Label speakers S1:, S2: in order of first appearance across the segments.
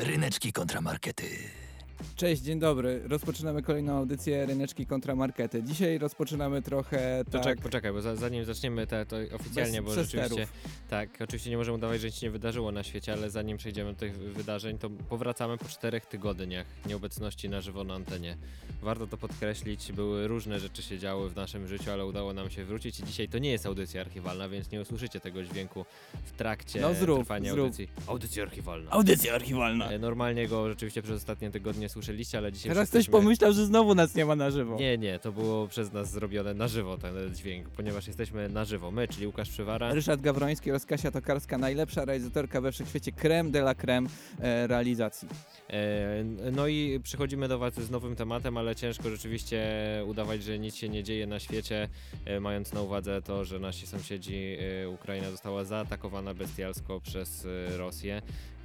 S1: Ryneczki kontramarkety.
S2: Cześć, dzień dobry. Rozpoczynamy kolejną audycję Ryneczki kontra Markety. Dzisiaj rozpoczynamy trochę
S3: Poczekaj, bo zanim zaczniemy to oficjalnie, bo rzeczywiście oczywiście nie możemy udawać, że nic nie wydarzyło na świecie, ale zanim przejdziemy do tych wydarzeń, to powracamy po 4 tygodniach nieobecności na żywo na antenie. Warto to podkreślić, były różne rzeczy się działy w naszym życiu, ale udało nam się wrócić i dzisiaj to nie jest audycja archiwalna, więc nie usłyszycie tego dźwięku w trakcie trwania audycji. Audycja archiwalna. Normalnie go rzeczywiście przez ostatnie tygodnie słyszeliście, ale dzisiaj
S2: Teraz ktoś pomyślał, że znowu nas nie ma na żywo.
S3: Nie, to było przez nas zrobione na żywo ten dźwięk, ponieważ jesteśmy na żywo. My, czyli Łukasz Przywara,
S2: Ryszard Gawroński oraz Kasia Tokarska, najlepsza realizatorka we wszechświecie, creme de la creme realizacji.
S3: No i przychodzimy do was z nowym tematem, ale ciężko rzeczywiście udawać, że nic się nie dzieje na świecie, mając na uwadze to, że nasi sąsiedzi, Ukraina została zaatakowana bestialsko przez Rosję.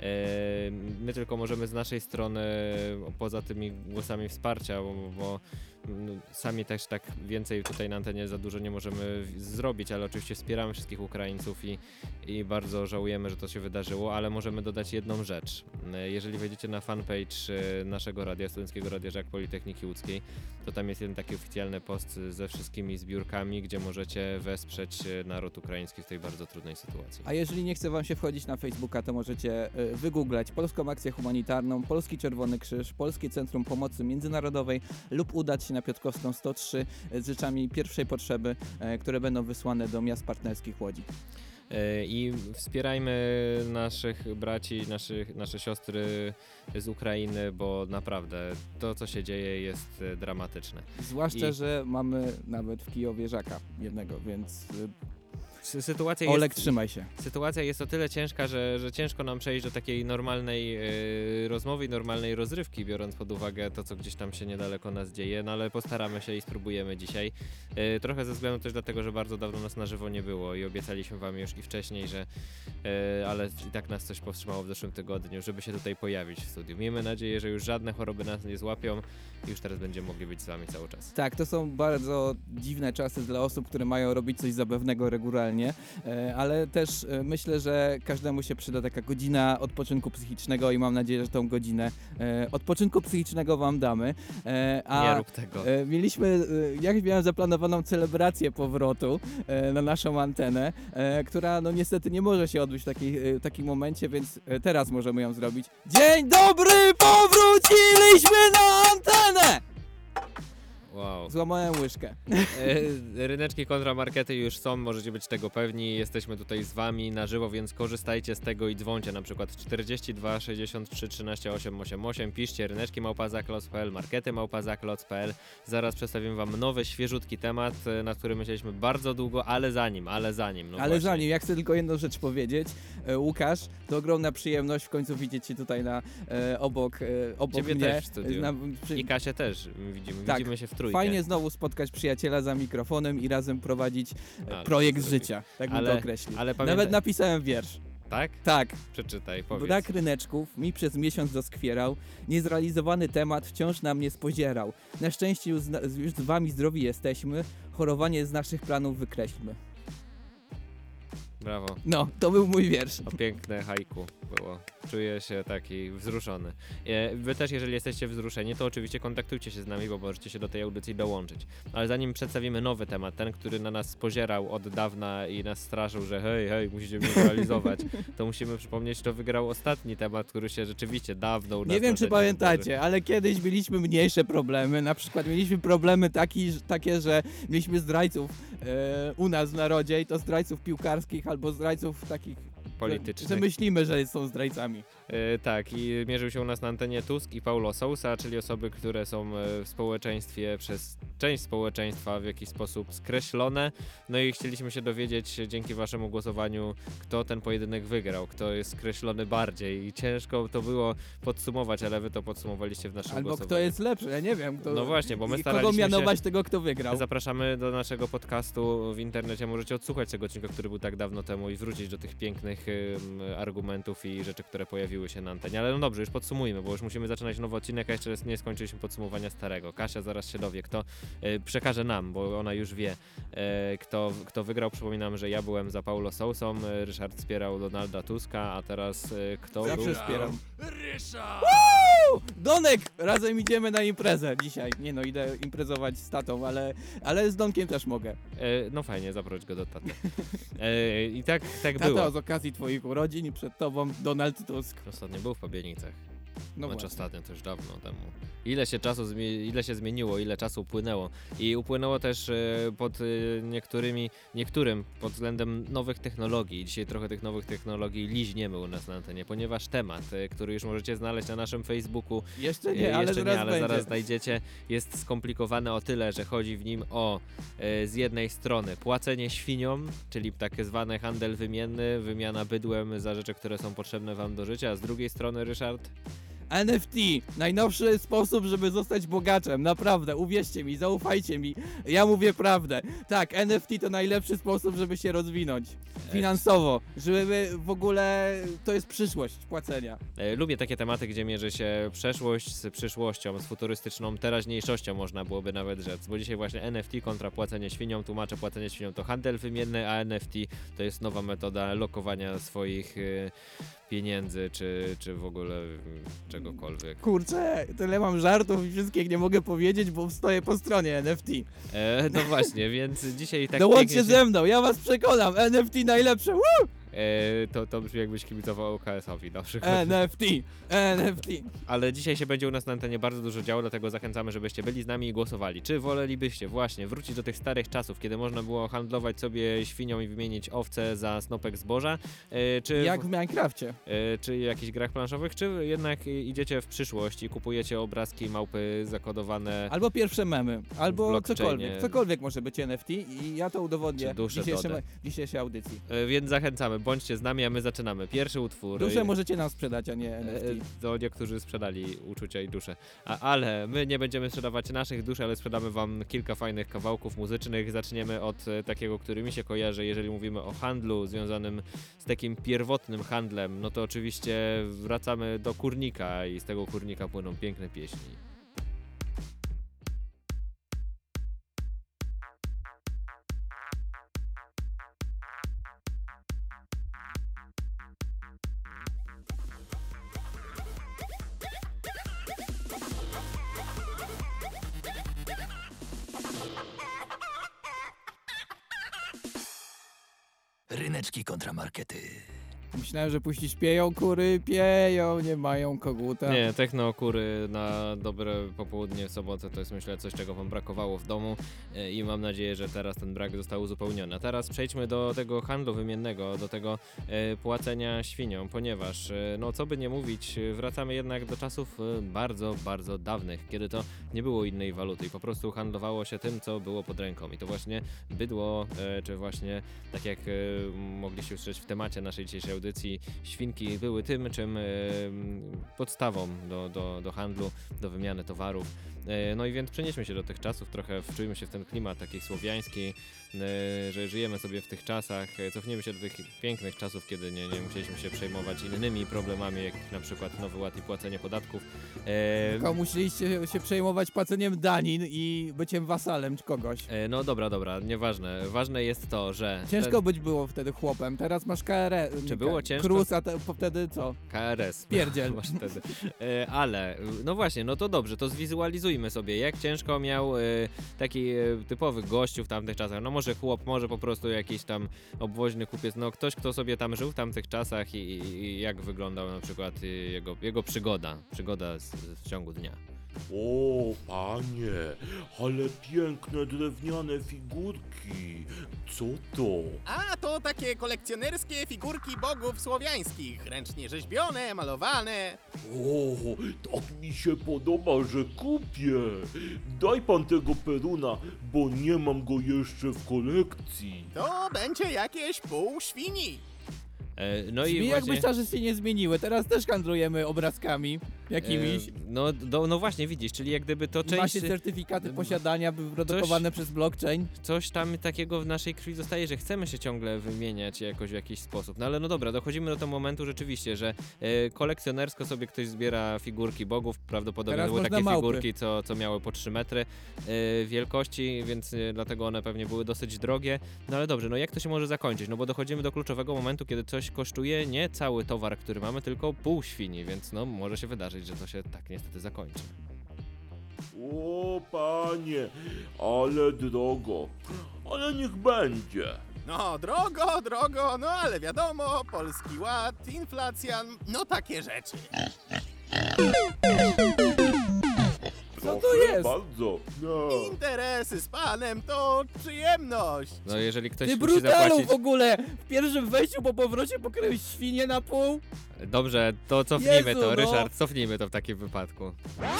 S3: My tylko możemy z naszej strony, poza tymi głosami wsparcia, bo sami też tak więcej tutaj na antenie za dużo nie możemy zrobić, ale oczywiście wspieramy wszystkich Ukraińców i bardzo żałujemy, że to się wydarzyło, ale możemy dodać jedną rzecz. Jeżeli wejdziecie na fanpage naszego radia, Studenckiego Radia Żak Politechniki Łódzkiej, to tam jest jeden taki oficjalny post ze wszystkimi zbiórkami, gdzie możecie wesprzeć naród ukraiński w tej bardzo trudnej sytuacji.
S2: A jeżeli nie chce wam się wchodzić na Facebooka, to możecie wygooglać Polską Akcję Humanitarną, Polski Czerwony Krzyż, Polskie Centrum Pomocy Międzynarodowej lub udać się na Piotrkowską 103 z rzeczami pierwszej potrzeby, które będą wysłane do miast partnerskich Łodzi.
S3: I wspierajmy naszych braci, nasze siostry z Ukrainy, bo naprawdę to, co się dzieje, jest dramatyczne.
S2: Zwłaszcza, że mamy nawet w Kijowie Żaka jednego, więc
S3: Olek,
S2: trzymaj się.
S3: Sytuacja jest o tyle ciężka, że ciężko nam przejść do takiej normalnej rozmowy i normalnej rozrywki, biorąc pod uwagę to, co gdzieś tam się niedaleko nas dzieje, no ale postaramy się i spróbujemy dzisiaj. Trochę ze względu też dlatego, że bardzo dawno nas na żywo nie było i obiecaliśmy wam już i wcześniej, ale i tak nas coś powstrzymało w zeszłym tygodniu, żeby się tutaj pojawić w studiu. Miejmy nadzieję, że już żadne choroby nas nie złapią i już teraz będziemy mogli być z wami cały czas.
S2: Tak, to są bardzo dziwne czasy dla osób, które mają robić coś zabawnego regularnie. Ale też myślę, że każdemu się przyda taka godzina odpoczynku psychicznego i mam nadzieję, że tą godzinę odpoczynku psychicznego wam damy.
S3: Nie rób tego.
S2: Ja miałem zaplanowaną celebrację powrotu na naszą antenę, która no niestety nie może się odbyć w takim momencie, więc teraz możemy ją zrobić. Dzień dobry, powróciliśmy na antenę!
S3: Wow.
S2: Złamałem łyżkę.
S3: Ryneczki kontramarkety już są, możecie być tego pewni. Jesteśmy tutaj z wami na żywo, więc korzystajcie z tego i dzwońcie na przykład 42 63 13 888. Piszcie ryneczki@zakloc.pl, markety@zakloc.pl. Zaraz przedstawimy wam nowy, świeżutki temat, nad którym myśleliśmy bardzo długo, ale zanim.
S2: Ja chcę tylko jedną rzecz powiedzieć. Łukasz, to ogromna przyjemność w końcu widzieć cię tutaj obok
S3: Ciebie
S2: mnie.
S3: też w studiu. I Kasię też widzimy się w trójkę.
S2: Fajnie znowu spotkać przyjaciela za mikrofonem i razem prowadzić projekt życia, tak bym to określił. Nawet napisałem wiersz.
S3: Tak?
S2: Tak.
S3: Przeczytaj, powiedz.
S2: Brak ryneczków mi przez miesiąc doskwierał, niezrealizowany temat wciąż na mnie spozierał. Na szczęście już z wami zdrowi jesteśmy, chorowanie z naszych planów wykreślmy.
S3: Brawo.
S2: No, to był mój wiersz.
S3: O, piękne haiku było. Czuję się taki wzruszony. Wy też, jeżeli jesteście wzruszeni, to oczywiście kontaktujcie się z nami, bo możecie się do tej audycji dołączyć. Ale zanim przedstawimy nowy temat, ten, który na nas spozierał od dawna i nas straszył, że hej, musicie mnie realizować, to musimy przypomnieć, kto wygrał ostatni temat, który się rzeczywiście dawno u nas...
S2: Nie wiem, czy pamiętacie, ale kiedyś mieliśmy mniejsze problemy. Na przykład mieliśmy problemy takie, że mieliśmy zdrajców u nas w narodzie i to zdrajców piłkarskich albo zdrajców takich
S3: politycznych.
S2: Że myślimy, że są zdrajcami.
S3: Tak, i mierzył się u nas na antenie Tusk i Paulo Sousa, czyli osoby, które są w społeczeństwie przez część społeczeństwa w jakiś sposób skreślone. No i chcieliśmy się dowiedzieć dzięki waszemu głosowaniu, kto ten pojedynek wygrał, kto jest skreślony bardziej. I ciężko to było podsumować, ale wy to podsumowaliście w naszym głosowaniu.
S2: Albo kto jest lepszy, ja nie wiem.
S3: No właśnie, bo my staraliśmy
S2: kogo mianować tego, kto wygrał.
S3: Zapraszamy do naszego podcastu w internecie. Możecie odsłuchać tego odcinka, który był tak dawno temu i wrócić do tych pięknych argumentów i rzeczy, które pojawiły pojawiły się na antenie. Ale no dobrze, już podsumujmy, bo już musimy zaczynać nowy odcinek, a jeszcze nie skończyliśmy podsumowania starego. Kasia zaraz się dowie, kto przekaże nam, bo ona już wie, kto wygrał. Przypominam, że ja byłem za Paulo Sousą, Ryszard wspierał Donalda Tuska, a teraz kto
S2: Zawsze
S3: był?
S2: wspieram.
S1: Ryszard!
S2: Donek! Razem idziemy na imprezę dzisiaj. Nie no, idę imprezować z tatą, ale z Donkiem też mogę.
S3: No fajnie, zaproś go do taty. I tak
S2: Tata
S3: było.
S2: z okazji twoich urodzin i przed tobą Donald Tusk.
S3: Ostatnio był w Pabienicach.
S2: No
S3: Znaczy
S2: właśnie.
S3: ostatnio, to już dawno temu. Ile się zmieniło, ile czasu upłynęło. I upłynęło też pod niektórym pod względem nowych technologii. Dzisiaj trochę tych nowych technologii liźniemy u nas na antenie, ponieważ temat, który już możecie znaleźć na naszym Facebooku,
S2: Jeszcze nie, ale
S3: jeszcze
S2: zaraz
S3: nie, ale
S2: będzie.
S3: zaraz znajdziecie, jest skomplikowany o tyle, że chodzi w nim o z jednej strony płacenie świniom, czyli tak zwany handel wymienny, wymiana bydłem za rzeczy, które są potrzebne wam do życia, a z drugiej strony, Ryszard,
S2: NFT, najnowszy sposób, żeby zostać bogaczem, naprawdę, uwierzcie mi, zaufajcie mi, ja mówię prawdę. Tak, NFT to najlepszy sposób, żeby się rozwinąć finansowo, żeby w ogóle, to jest przyszłość płacenia.
S3: lubię takie tematy, gdzie mierzy się przeszłość z przyszłością, z futurystyczną teraźniejszością, można byłoby nawet rzec, bo dzisiaj właśnie NFT kontra płacenie świniom, tłumaczę, płacenie świniom to handel wymienny, a NFT to jest nowa metoda lokowania swoich pieniędzy, czy w ogóle czegokolwiek.
S2: Kurczę, tyle mam żartów i wszystkich nie mogę powiedzieć, bo stoję po stronie NFT.
S3: No właśnie, więc dzisiaj tak
S2: Dołączcie
S3: pięknie
S2: ze mną, ja was przekonam, NFT najlepsze, woo!
S3: to brzmi jakbyś kibicował UKS-owi na przykład.
S2: NFT.
S3: Ale dzisiaj się będzie u nas na antenie bardzo dużo działo, dlatego zachęcamy, żebyście byli z nami i głosowali. Czy wolelibyście właśnie wrócić do tych starych czasów, kiedy można było handlować sobie świnią i wymienić owce za snopek zboża? Czy
S2: Jak w Minecrafcie.
S3: czy jakichś grach planszowych, czy jednak idziecie w przyszłość i kupujecie obrazki małpy zakodowane,
S2: Albo pierwsze memy, albo
S3: blockchainie.
S2: cokolwiek może być NFT i ja to udowodnię
S3: Czy dusze
S2: w dzisiejszej audycji.
S3: więc zachęcamy, bądźcie z nami, a my zaczynamy. Pierwszy utwór.
S2: Dusze możecie nam sprzedać, a nie NFT.
S3: To niektórzy sprzedali uczucia i dusze. Ale my nie będziemy sprzedawać naszych dusz, ale sprzedamy wam kilka fajnych kawałków muzycznych. Zaczniemy od takiego, który mi się kojarzy, jeżeli mówimy o handlu związanym z takim pierwotnym handlem, no to oczywiście wracamy do kurnika i z tego kurnika płyną piękne pieśni.
S1: Ryneczki kontra markety.
S2: Myślałem, że puścić pieją kury, pieją, nie mają koguta.
S3: Nie, technokury na dobre popołudnie w sobotę to jest, myślę, coś, czego wam brakowało w domu i mam nadzieję, że teraz ten brak został uzupełniony. A teraz przejdźmy do tego handlu wymiennego, do tego płacenia świnią, ponieważ, no co by nie mówić, wracamy jednak do czasów bardzo, bardzo dawnych, kiedy to nie było innej waluty i po prostu handlowało się tym, co było pod ręką. I to właśnie bydło, czy właśnie, tak jak mogliście usłyszeć w temacie naszej dzisiejszej audycji, świnki były tym, czym podstawą do handlu, do wymiany towarów. No i więc przenieśmy się do tych czasów, trochę wczujmy się w ten klimat taki słowiański, że żyjemy sobie w tych czasach, cofniemy się do tych pięknych czasów, kiedy nie musieliśmy się przejmować innymi problemami, jak na przykład Nowy Ład i płacenie podatków.
S2: Tylko musieliście się przejmować płaceniem danin i byciem wasalem kogoś.
S3: No dobra, nieważne. Ważne jest to, że...
S2: Ciężko być było wtedy chłopem, teraz masz KRS.
S3: Czy było ciężko?
S2: Krus, a wtedy co?
S3: KRS.
S2: Pierdziel.
S3: Masz wtedy. Ale, no właśnie, no to dobrze, to zwizualizujmy sobie, jak ciężko miał taki typowy gościu w tamtych czasach. No może chłop, może po prostu jakiś tam obwoźny kupiec, no ktoś, kto sobie tam żył w tamtych czasach i jak wyglądał na przykład jego przygoda w ciągu dnia.
S4: O, panie, ale piękne drewniane figurki. Co to?
S5: A to takie kolekcjonerskie figurki bogów słowiańskich, ręcznie rzeźbione, malowane.
S4: O, tak mi się podoba, że kupię. Daj pan tego peruna, bo nie mam go jeszcze w kolekcji.
S5: To będzie jakieś pół świni.
S3: No i
S2: Brzmi
S3: właśnie...
S2: jakby czasy się nie zmieniły, teraz też handlujemy obrazkami. jakimiś.
S3: No właśnie, widzisz, czyli jak gdyby to
S2: I
S3: część...
S2: macie certyfikaty posiadania wyprodukowane przez blockchain.
S3: Coś tam takiego w naszej krwi zostaje, że chcemy się ciągle wymieniać jakoś w jakiś sposób. No ale no dobra, dochodzimy do tego momentu rzeczywiście, że kolekcjonersko sobie ktoś zbiera figurki bogów, prawdopodobnie
S2: Teraz
S3: były
S2: można
S3: takie
S2: małpy.
S3: figurki, co miały po 3 metry wielkości, więc dlatego one pewnie były dosyć drogie. No ale dobrze, no jak to się może zakończyć? No bo dochodzimy do kluczowego momentu, kiedy coś kosztuje nie cały towar, który mamy, tylko pół świni, więc no może się wydarzyć, że to się tak niestety zakończy.
S4: O panie, ale drogo. Ale niech będzie.
S5: No, drogo, no ale wiadomo, Polski Ład, inflacja, no takie rzeczy.
S2: Co to
S4: Proszę
S2: jest?
S4: bardzo. No.
S5: Interesy z panem to przyjemność.
S3: No jeżeli ktoś
S2: Ty
S3: musi
S2: brutalu
S3: zapłacić...
S2: w ogóle! W pierwszym wejściu po powrocie pokryłeś świnię na pół?
S3: Dobrze, to cofnijmy
S2: Jezu,
S3: to,
S2: no.
S3: Ryszard, cofnijmy to w takim wypadku.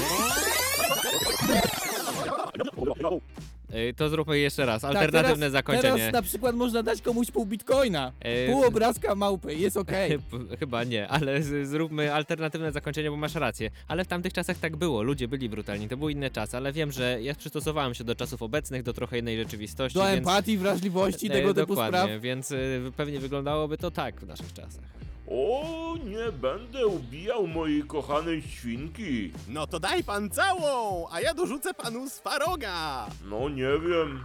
S3: To zróbmy jeszcze raz, alternatywne
S2: teraz,
S3: zakończenie.
S2: Teraz na przykład można dać komuś pół bitcoina. Pół obrazka małpy, jest okej.
S3: Chyba nie, ale zróbmy alternatywne zakończenie, bo masz rację. Ale w tamtych czasach tak było, ludzie byli brutalni, to były inne czasy, ale wiem, że ja przystosowałem się do czasów obecnych, do trochę innej rzeczywistości.
S2: Do
S3: więc,
S2: empatii, wrażliwości, tego typu
S3: dokładnie,
S2: spraw.
S3: więc pewnie wyglądałoby to tak w naszych czasach.
S4: O, nie będę ubijał mojej kochanej świnki.
S5: No to daj pan całą, a ja dorzucę panu Swaroga.
S4: No nie wiem.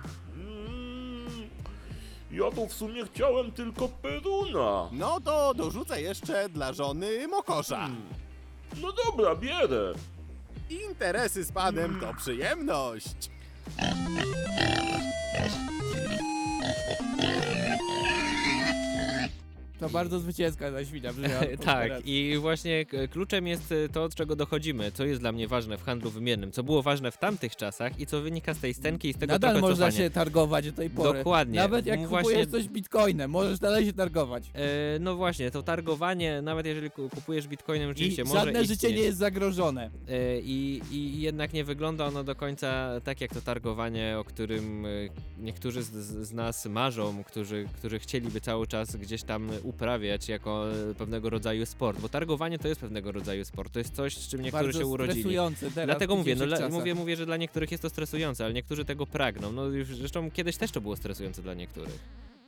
S4: Ja to w sumie chciałem tylko Peruna.
S5: No to dorzucę jeszcze dla żony Mokosza.
S4: No dobra, bierę.
S5: Interesy z panem to przyjemność.
S2: To bardzo zwycięska ta świnia brzmiała.
S3: Tak, i właśnie kluczem jest to, od czego dochodzimy, co jest dla mnie ważne w handlu wymiennym, co było ważne w tamtych czasach i co wynika z tej scenki i z tego
S2: Nadal
S3: trochę
S2: można
S3: cofania.
S2: się targować do tej pory.
S3: Dokładnie.
S2: Nawet jak
S3: Właśnie-
S2: kupujesz coś bitcoinem, możesz dalej się targować.
S3: No właśnie, to targowanie, nawet jeżeli kupujesz bitcoinem,
S2: I
S3: rzeczywiście może
S2: żadne życie
S3: istnieć.
S2: nie jest zagrożone.
S3: I jednak nie wygląda ono do końca tak jak to targowanie, o którym niektórzy z nas marzą, którzy chcieliby cały czas gdzieś tam uprawiać jako pewnego rodzaju sport, bo targowanie to jest pewnego rodzaju sport, to jest coś, z czym niektórzy
S2: Bardzo
S3: się urodzili.
S2: stresujące teraz.
S3: Dlatego
S2: w
S3: mówię,
S2: dzisiejszych czasach.
S3: mówię, że dla niektórych jest to stresujące, ale niektórzy tego pragną. No już zresztą kiedyś też to było stresujące dla niektórych.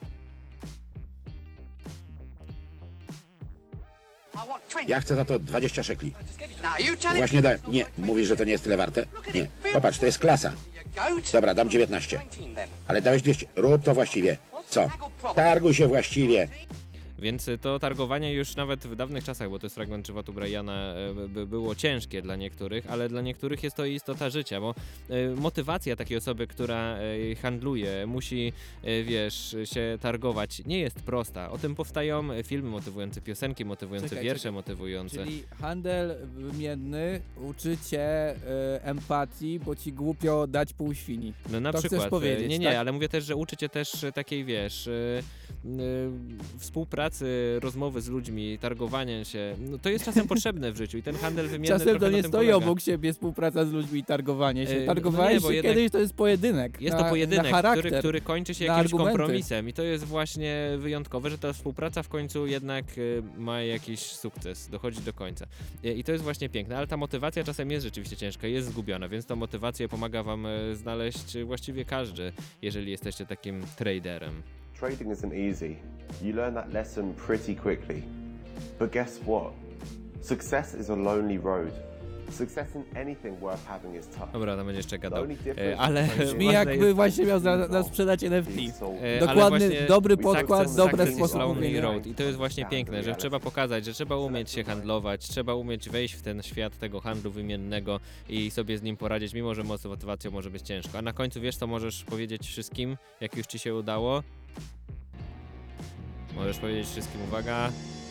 S6: Ja chcę za to 20 szekli. Właśnie dałem. Nie, mówisz, że to nie jest tyle warte? Nie. Popatrz, to jest klasa. Dobra, dam 19. Ale dałeś 200. Rób to właściwie. Co? Targuj się właściwie.
S3: Więc to targowanie już nawet w dawnych czasach, bo to jest fragment Czywatu Briana, było ciężkie dla niektórych, ale dla niektórych jest to istota życia, bo motywacja takiej osoby, która handluje, musi, wiesz, się targować, nie jest prosta. O tym powstają filmy motywujące, piosenki motywujące, wiersze motywujące.
S2: Czyli handel wymienny uczy cię empatii, bo ci głupio dać pół świni.
S3: No na
S2: To chcesz
S3: przykład,
S2: powiedzieć,
S3: nie,
S2: tak?
S3: ale mówię też, że uczy cię też takiej, wiesz, współpracy, rozmowy z ludźmi, targowania się, no to jest czasem potrzebne w życiu i ten handel wymienny
S2: Czasem
S3: trochę
S2: to nie
S3: na tym
S2: stoi
S3: polega.
S2: obok siebie współpraca z ludźmi i targowanie się.
S3: No
S2: Targowałeś
S3: nie, bo
S2: się
S3: jednak
S2: kiedyś, to jest pojedynek.
S3: Jest
S2: na,
S3: to pojedynek,
S2: na charakter.
S3: który kończy się
S2: na
S3: jakimś
S2: argumenty.
S3: kompromisem i to jest właśnie wyjątkowe, że ta współpraca w końcu jednak ma jakiś sukces, dochodzi do końca. I to jest właśnie piękne, ale ta motywacja czasem jest rzeczywiście ciężka, jest zgubiona, więc tą motywację pomaga wam znaleźć właściwie każdy, jeżeli jesteście takim traderem.
S7: Trading isn't easy. You learn that lesson pretty quickly. But guess what? Success is a lonely road. Success in anything worth having is tough.
S3: Dobra, tam będzie jeszcze gadał,
S7: The only difference
S3: ale
S7: between
S2: Brzmi
S3: ważne
S2: jakby
S3: jest-
S2: właśnie miał za sprzedać NFT.
S3: ale
S2: Dokładny,
S3: właśnie
S2: dobry podkład,
S3: success-
S2: dobre
S3: success is
S2: sposób
S3: lonely
S2: mówienia.
S3: road. I to jest właśnie piękne, że trzeba pokazać, że trzeba umieć się handlować, trzeba umieć wejść w ten świat tego handlu wymiennego i sobie z nim poradzić, mimo że motywacją może być ciężko. A na końcu wiesz, co możesz powiedzieć wszystkim, jak już ci się udało? Możesz powiedzieć wszystkim, uwaga,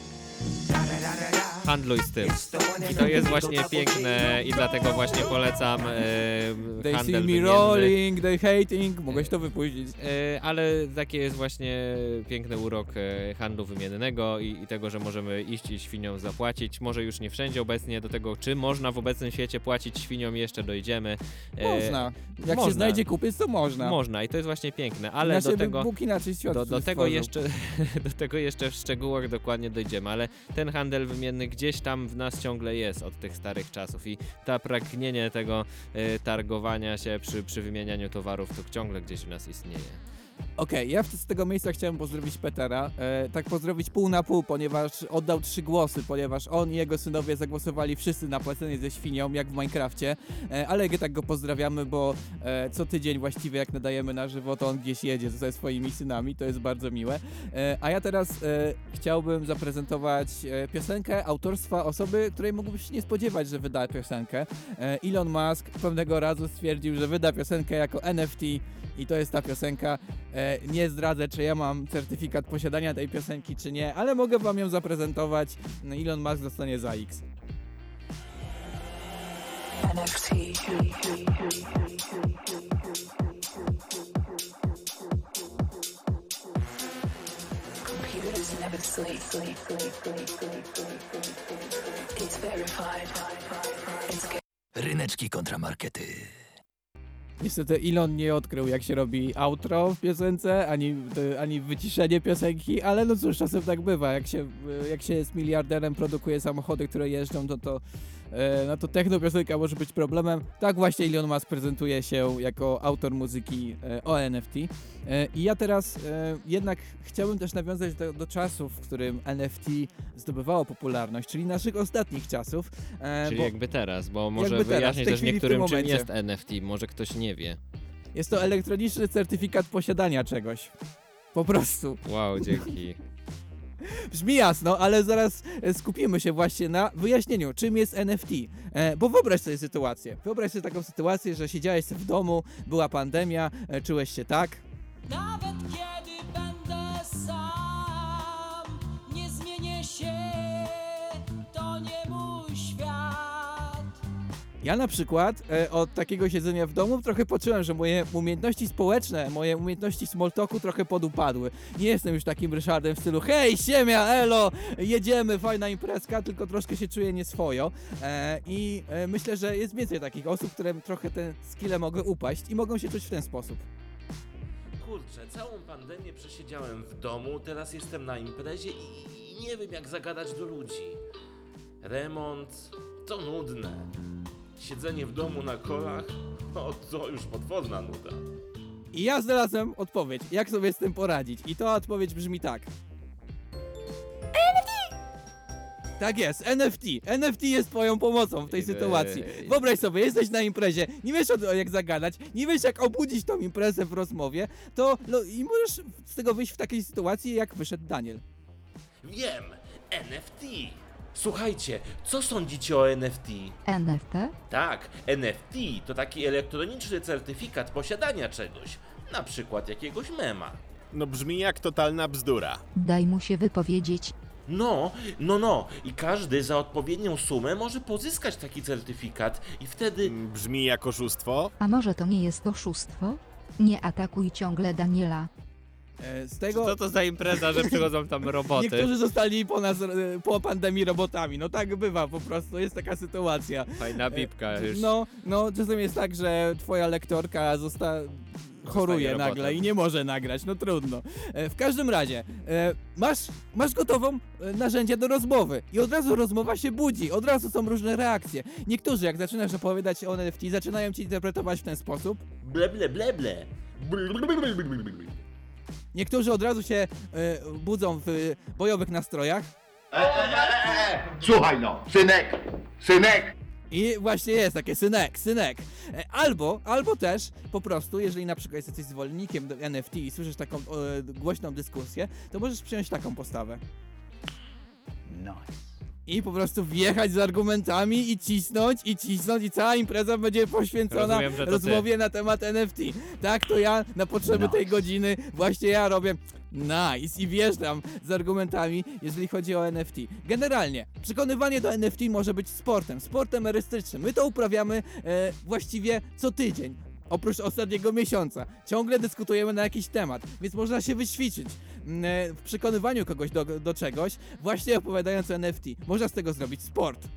S3: handluj z tym. I to jest właśnie piękne i dlatego właśnie polecam
S2: They see
S3: handel
S2: me
S3: wymienny.
S2: rolling, they hating. Mogłeś to wypuścić.
S3: Ale taki jest właśnie piękny urok handlu wymiennego i tego, że możemy iść i świniom zapłacić. Może już nie wszędzie obecnie, do tego czy można w obecnym świecie płacić świniom, jeszcze dojdziemy.
S2: Można. Jak
S3: można.
S2: się znajdzie kupiec, to można.
S3: Można i to jest właśnie piękne, ale
S2: Inaczej
S3: do
S2: by
S3: tego...
S2: Bóg inaczej świat
S3: Do tego,
S2: stworzył.
S3: jeszcze, do tego jeszcze w szczegółach dokładnie dojdziemy, ale ale ten handel wymienny gdzieś tam w nas ciągle jest od tych starych czasów i ta pragnienie tego targowania się przy wymienianiu towarów to ciągle gdzieś u nas istnieje.
S2: Okej, ja z tego miejsca chciałem pozdrowić Petera, tak pozdrowić pół na pół, ponieważ oddał 3 głosy, ponieważ on i jego synowie zagłosowali wszyscy na płacenie ze świnią, jak w Minecrafcie, ale tak go pozdrawiamy, bo co tydzień właściwie jak nadajemy na żywo, to on gdzieś jedzie ze swoimi synami, to jest bardzo miłe. A ja teraz chciałbym zaprezentować piosenkę autorstwa osoby, której mógłbyś się nie spodziewać, że wyda piosenkę. Elon Musk pewnego razu stwierdził, że wyda piosenkę jako NFT i to jest ta piosenka. Nie zdradzę, czy ja mam certyfikat posiadania tej piosenki, czy nie, ale mogę wam ją zaprezentować. Elon Musk dostanie za X.
S8: NFT. Computers never sleep. It's verified. It's
S1: Ryneczki kontramarkety.
S2: Niestety Elon nie odkrył, jak się robi outro w piosence, ani wyciszenie piosenki, ale no cóż, czasem tak bywa. Jak się jest miliarderem, produkuje samochody, które jeżdżą, no to techno-piosenka może być problemem. Tak właśnie Elon Musk prezentuje się jako autor muzyki o NFT. I ja teraz jednak chciałbym też nawiązać do czasów, w którym NFT zdobywało popularność, czyli naszych ostatnich czasów.
S3: Czyli jakby teraz, bo może
S2: jakby teraz,
S3: wyjaśnić
S2: w tej
S3: też
S2: chwili, w
S3: niektórym,
S2: tym
S3: czym
S2: momencie.
S3: jest NFT, może ktoś nie wie.
S2: Jest to elektroniczny certyfikat posiadania czegoś. Po prostu.
S3: Wow, dzięki.
S2: Brzmi jasno, ale zaraz skupimy się właśnie na wyjaśnieniu, czym jest NFT. Bo wyobraź sobie sytuację. Wyobraź sobie taką sytuację, że siedziałeś sobie w domu, była pandemia, czułeś się tak.
S9: Nawet kiedy będę sam, nie zmienię się, to nie mój świat.
S2: Ja na przykład od takiego siedzenia w domu trochę poczułem, że moje umiejętności społeczne, moje umiejętności small talku trochę podupadły. Nie jestem już takim Ryszardem w stylu hej, siemia, elo, jedziemy, fajna imprezka, tylko troszkę się czuję nieswojo. I myślę, że jest więcej takich osób, które trochę te skille mogły upaść i mogą się czuć w ten sposób.
S4: Kurczę, całą pandemię przesiedziałem w domu, teraz jestem na imprezie i nie wiem jak zagadać do ludzi. Remont to nudne. Siedzenie w domu na kolach, no to już potworna nuda.
S2: I ja znalazłem odpowiedź, jak sobie z tym poradzić. I ta odpowiedź brzmi tak. Tak jest, NFT. NFT jest twoją pomocą w tej sytuacji. Wyobraź sobie, jesteś na imprezie, nie wiesz jak zagadać, nie wiesz jak obudzić tą imprezę w rozmowie, to no, i możesz z tego wyjść w takiej sytuacji, jak wyszedł Daniel.
S4: Wiem, NFT. Słuchajcie, co sądzicie o NFT?
S10: NFT?
S4: Tak, NFT to taki elektroniczny certyfikat posiadania czegoś, na przykład jakiegoś mema.
S5: No brzmi jak totalna bzdura.
S10: Daj mu się wypowiedzieć.
S4: No, i każdy za odpowiednią sumę może pozyskać taki certyfikat i wtedy...
S5: Brzmi jak oszustwo?
S10: A może to nie jest oszustwo? Nie atakuj ciągle Daniela.
S2: Z tego...
S3: Co to za impreza, że przychodzą tam roboty?
S2: Niektórzy zostali po pandemii robotami, no tak bywa po prostu, jest taka sytuacja.
S3: Fajna bibka już.
S2: No czasem jest tak, że twoja lektorka choruje
S3: robotem.
S2: nagle i nie może nagrać, no trudno. W każdym razie, masz gotową narzędzia do rozmowy i od razu rozmowa się budzi, od razu są różne reakcje. Niektórzy jak zaczynasz opowiadać o NFT, zaczynają ci interpretować w ten sposób.
S4: Ble, ble, ble, ble.
S2: Niektórzy od razu się budzą w bojowych nastrojach.
S6: Słuchaj no, synek!
S2: I właśnie jest takie synek. Albo też po prostu, jeżeli na przykład jesteś zwolennikiem NFT i słyszysz taką głośną dyskusję, to możesz przyjąć taką postawę. I po prostu wjechać z argumentami i cisnąć i cała impreza będzie poświęcona
S3: Rozumiem, że to
S2: rozmowie na temat NFT. Tak, to ja na potrzeby tej godziny właśnie ja robię nice i wjeżdżam z argumentami, jeżeli chodzi o NFT. Generalnie, przekonywanie do NFT może być sportem erystycznym. My to uprawiamy właściwie co tydzień. Oprócz ostatniego miesiąca. Ciągle dyskutujemy na jakiś temat, więc można się wyćwiczyć w przekonywaniu kogoś do czegoś, właśnie opowiadając o NFT. Można z tego zrobić sport.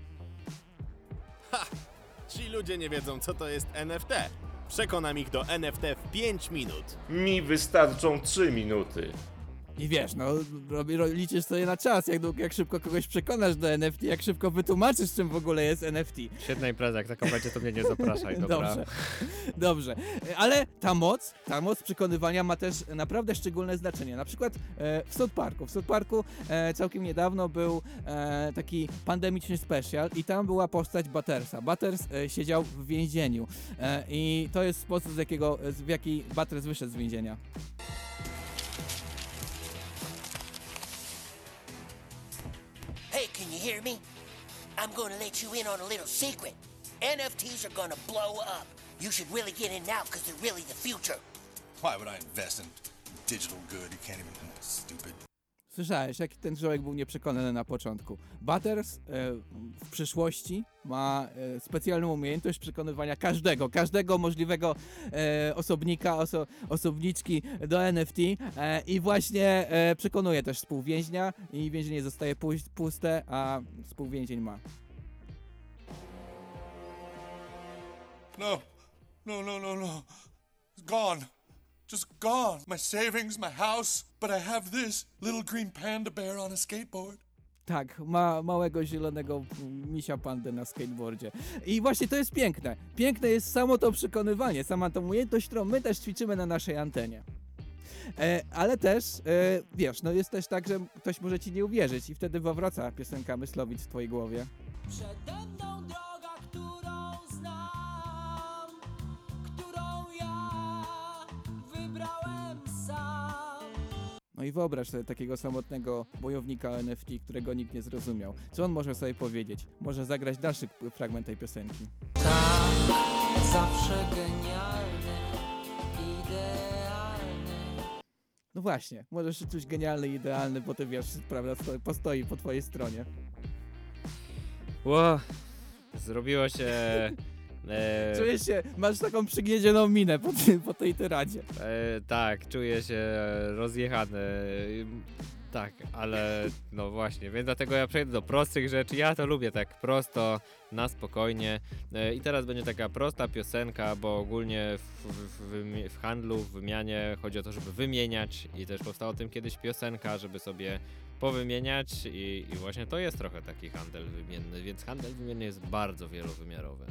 S5: Ci ludzie nie wiedzą co to jest NFT. Przekonam ich do NFT w 5 minut.
S4: Mi wystarczą 3 minuty.
S2: I wiesz, no, liczysz sobie na czas, jak szybko kogoś przekonasz do NFT, jak szybko wytłumaczysz, czym w ogóle jest NFT.
S3: Świetna impreza, jak taka będzie, to mnie nie zapraszaj, dobra?
S2: Dobrze. Ale ta moc przekonywania ma też naprawdę szczególne znaczenie. Na przykład w South Parku. W South Parku całkiem niedawno był taki pandemiczny special i tam była postać Buttersa. Butters siedział w więzieniu i to jest sposób, w jaki Butters wyszedł z więzienia.
S11: Hey, can you hear me? I'm gonna let you in on a little secret. NFTs are gonna blow up. You should really get in now because they're really the future.
S12: Why would I invest in digital good? You can't even... Stupid.
S2: Słyszałeś, jak ten człowiek był nieprzekonany na początku. Butters w przyszłości ma specjalną umiejętność przekonywania każdego możliwego osobnika, osobniczki do NFT i właśnie przekonuje też współwięźnia i więzienie zostaje puste, a współwięzień ma.
S12: No. It's gone. Just gone. My savings, my house, but I have this little green panda bear on a skateboard.
S2: Tak, ma małego zielonego misia pandę na skateboardzie. I właśnie to jest piękne. Piękne jest samo to przekonywanie, sama ta umiejętność, którą my też ćwiczymy na naszej antenie. Ale też, wiesz, no jest też tak, że ktoś może ci nie uwierzyć i wtedy powraca piosenka Myslowic w twojej głowie.
S9: Przede mną droga, którą znam, którą ja wybrałem sam.
S2: No i wyobraź sobie takiego samotnego bojownika NFT, którego nikt nie zrozumiał. Co on może sobie powiedzieć? Może zagrać dalszy fragment tej piosenki.
S9: Tak, zawsze genialny, idealny.
S2: No właśnie, możesz się czuć genialny i idealny, bo ty wiesz, prawda, postoi po twojej stronie.
S3: Ło, zrobiło się...
S2: Czujesz się, masz taką przygniedzioną minę po tej tyradzie.
S3: Tak, czuję się rozjechany. Tak, ale no właśnie, więc dlatego ja przejdę do prostych rzeczy. Ja to lubię tak prosto, na spokojnie. I teraz będzie taka prosta piosenka, bo ogólnie w handlu, w wymianie chodzi o to, żeby wymieniać i też powstała o tym kiedyś piosenka, żeby sobie powymieniać i właśnie to jest trochę taki handel wymienny, więc handel wymienny jest bardzo wielowymiarowy.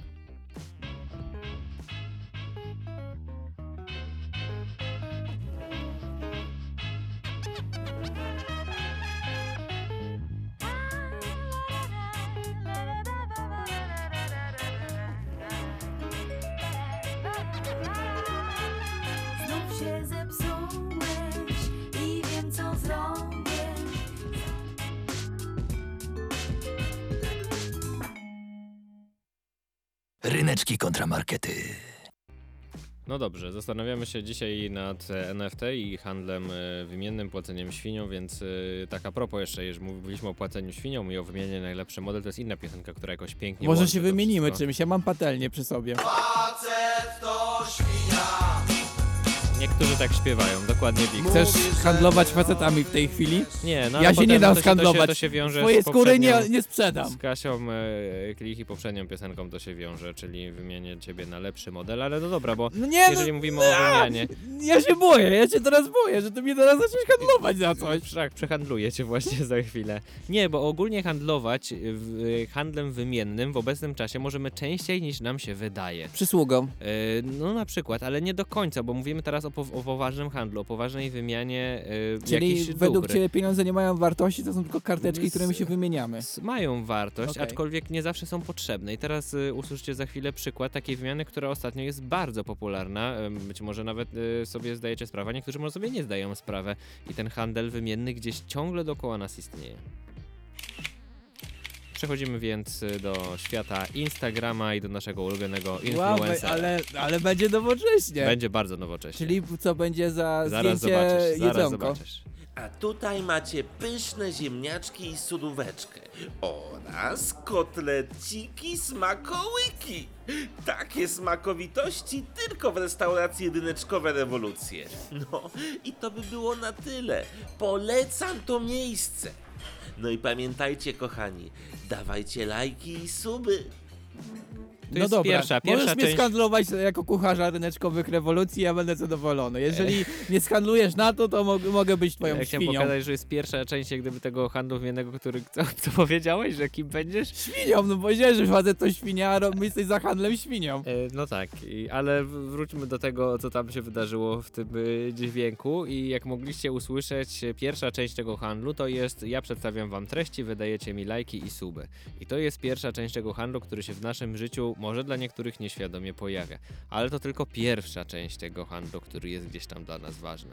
S8: Znów się zepsułeś i wiem co zrobię.
S1: Ryneczki kontramarkety.
S3: No dobrze, zastanawiamy się dzisiaj nad NFT i handlem wymiennym, płaceniem świnią, więc tak a propos jeszcze, jeżeli mówiliśmy o płaceniu świnią i o wymianie najlepszy model, to jest inna piosenka, która jakoś pięknie
S2: Może
S3: łączy
S2: się
S3: to
S2: wymienimy
S3: wszystko.
S2: czymś, ja mam patelnię przy sobie.
S4: Facet to świnia.
S3: Niektórzy tak śpiewają, dokładnie Wik.
S2: Chcesz handlować facetami w tej chwili?
S3: Nie, no
S2: Ja
S3: ale
S2: się nie
S3: potem
S2: dam
S3: to
S2: skandlować.
S3: To się wiąże
S2: Twojej
S3: z
S2: skóry
S3: poprzednią-
S2: nie sprzedam.
S3: Z Kasią Klich i poprzednią piosenką to się wiąże, czyli wymienię ciebie na lepszy model, ale no dobra, bo
S2: No nie,
S3: jeżeli mówimy o wymianie...
S2: Ja się boję, ja się teraz boję, że ty mnie teraz zaczniesz handlować za coś.
S3: Tak, przehandluję cię właśnie za chwilę. Nie, bo ogólnie handlować handlem wymiennym w obecnym czasie możemy częściej niż nam się wydaje.
S2: Przysługą.
S3: No na przykład, ale nie do końca, bo mówimy teraz o poważnym handlu, o poważnej wymianie
S2: Czyli
S3: jakichś
S2: według
S3: dóbr.
S2: ciebie pieniądze nie mają wartości, to są tylko karteczki, którymi się wymieniamy.
S3: Mają wartość,
S2: Okej.
S3: aczkolwiek nie zawsze są potrzebne. I teraz usłyszycie za chwilę przykład takiej wymiany, która ostatnio jest bardzo popularna. Być może nawet sobie zdajecie sprawę, niektórzy może sobie nie zdają sprawę. I ten handel wymienny gdzieś ciągle dookoła nas istnieje. Przechodzimy więc do świata Instagrama i do naszego ulubionego influencera.
S2: Ale będzie nowocześnie.
S3: Będzie bardzo nowocześnie.
S2: Czyli co będzie za
S3: Zaraz
S2: zdjęcie
S3: zobaczysz, zaraz
S2: jedzonko?
S3: zobaczysz.
S4: A tutaj macie pyszne ziemniaczki i suróweczkę oraz kotleciki smakołyki. Takie smakowitości tylko w restauracji Ryneczkowe Rewolucje. No i to by było na tyle. Polecam to miejsce. No i pamiętajcie kochani, dawajcie lajki i suby.
S2: No
S3: jest
S2: dobra,
S3: pierwsza
S2: możesz mnie
S3: część.
S2: skandlować jako kucharza ryneczkowych rewolucji, ja będę zadowolony. Jeżeli nie skandlujesz na to mogę być twoją
S3: Ja chciałem
S2: świnią.
S3: pokazać, że jest pierwsza część jak gdyby tego handlu wymiennego, który... Co powiedziałeś, że kim będziesz?
S2: Świnią, no powiedziałeś, że facet to świnia, a my jesteś za handlem świnią.
S3: No tak, ale wróćmy do tego, co tam się wydarzyło w tym dźwięku i jak mogliście usłyszeć, pierwsza część tego handlu to jest, ja przedstawiam wam treści, wydajecie mi lajki i suby. I to jest pierwsza część tego handlu, który się w naszym życiu może dla niektórych nieświadomie pojawia. Ale to tylko pierwsza część tego handlu, który jest gdzieś tam dla nas ważny.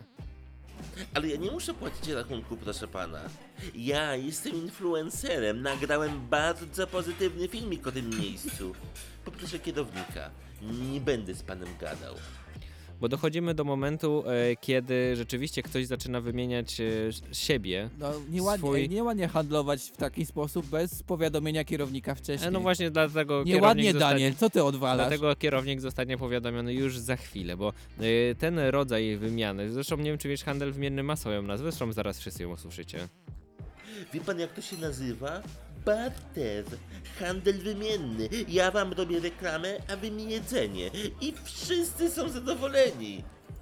S4: Ale ja nie muszę płacić rachunku, proszę pana. Ja jestem influencerem, nagrałem bardzo pozytywny filmik o tym miejscu. Poproszę kierownika, nie będę z panem gadał.
S3: Bo dochodzimy do momentu, kiedy rzeczywiście ktoś zaczyna wymieniać siebie.
S2: No nieładnie handlować w taki sposób bez powiadomienia kierownika wcześniej.
S3: No właśnie dlatego
S2: Nieładnie, Daniel, co ty odwalasz?
S3: Dlatego kierownik zostanie powiadomiony już za chwilę, bo ten rodzaj wymiany, zresztą nie wiem czy wiesz, handel wymienny ma swoją nazwę, zresztą zaraz wszyscy ją usłyszycie.
S4: Wie pan jak to się nazywa? Barter, handel wymienny. Ja wam robię reklamę, a wy mi jedzenie. I wszyscy są zadowoleni.